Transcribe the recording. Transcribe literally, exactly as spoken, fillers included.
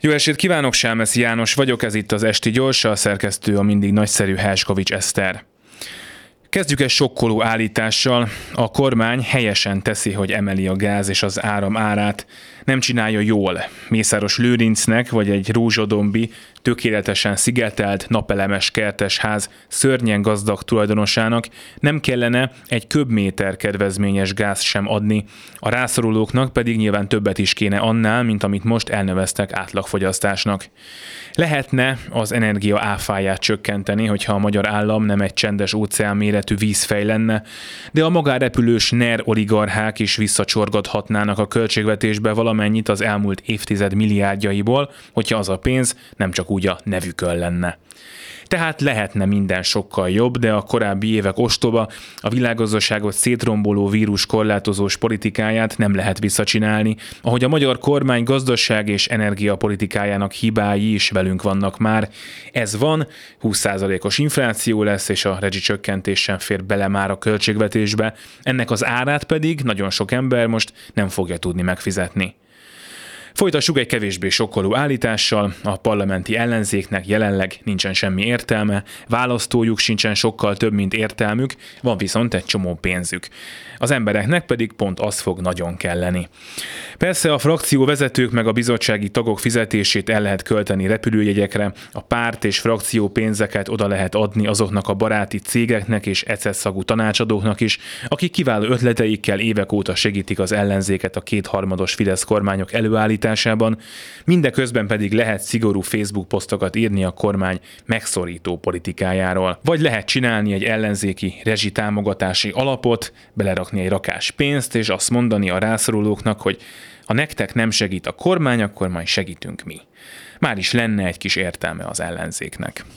Jó estét kívánok, Sámeszi János vagyok, ez itt az Esti Gyors, a szerkesztő a mindig nagyszerű Herskovics Eszter. Kezdjük egy sokkoló állítással. A kormány helyesen teszi, hogy emeli a gáz és az áram árát. Nem csinálja jól. Mészáros Lőrincnek vagy egy rózsadombi, tökéletesen szigetelt, napelemes kertesház szörnyen gazdag tulajdonosának nem kellene egy köbméter kedvezményes gáz sem adni. A rászorulóknak pedig nyilván többet is kéne annál, mint amit most elneveztek átlagfogyasztásnak. Lehetne az energia áfáját csökkenteni, hogyha a magyar állam nem egy csendes óceán méretű vízfej lenne, de a magánrepülős NER oligarchák is visszacsorgathatnának a költségvetésbe valamennyit az elmúlt évtized milliárdjaiból, hogyha az a pénz nem csak úgy a nevükön lenne. Tehát lehetne minden sokkal jobb, de a korábbi évek ostoba, a világgazdaságot szétromboló vírus korlátozós politikáját nem lehet visszacsinálni, ahogy a magyar kormány gazdaság és energiapolitikájának hibái is velünk vannak már. Ez van, húsz százalékos infláció lesz, és a rezsicsökkentés sem fér bele már a költségvetésbe, ennek az árát pedig nagyon sok ember most nem fogja tudni megfizetni. Folytassuk egy kevésbé sokkoló állítással, a parlamenti ellenzéknek jelenleg nincsen semmi értelme, választójuk sincsen sokkal több, mint értelmük, van viszont egy csomó pénzük. Az embereknek pedig pont az fog nagyon kelleni. Persze a frakcióvezetők meg a bizottsági tagok fizetését el lehet költeni repülőjegyekre, a párt és frakció pénzeket oda lehet adni azoknak a baráti cégeknek és ecetszagú tanácsadóknak is, akik kiváló ötleteikkel évek óta segítik az ellenzéket a kétharmados Fidesz kormányok előállításában, mindeközben pedig lehet szigorú Facebook posztokat írni a kormány megszorító politikájáról. Vagy lehet csinálni egy ellenzéki rezsitámogatási alapot, belerakni egy rakás pénzt, és azt mondani a rászorulóknak, hogy ha nektek nem segít a kormány, akkor majd segítünk mi. Már is lenne egy kis értelme az ellenzéknek.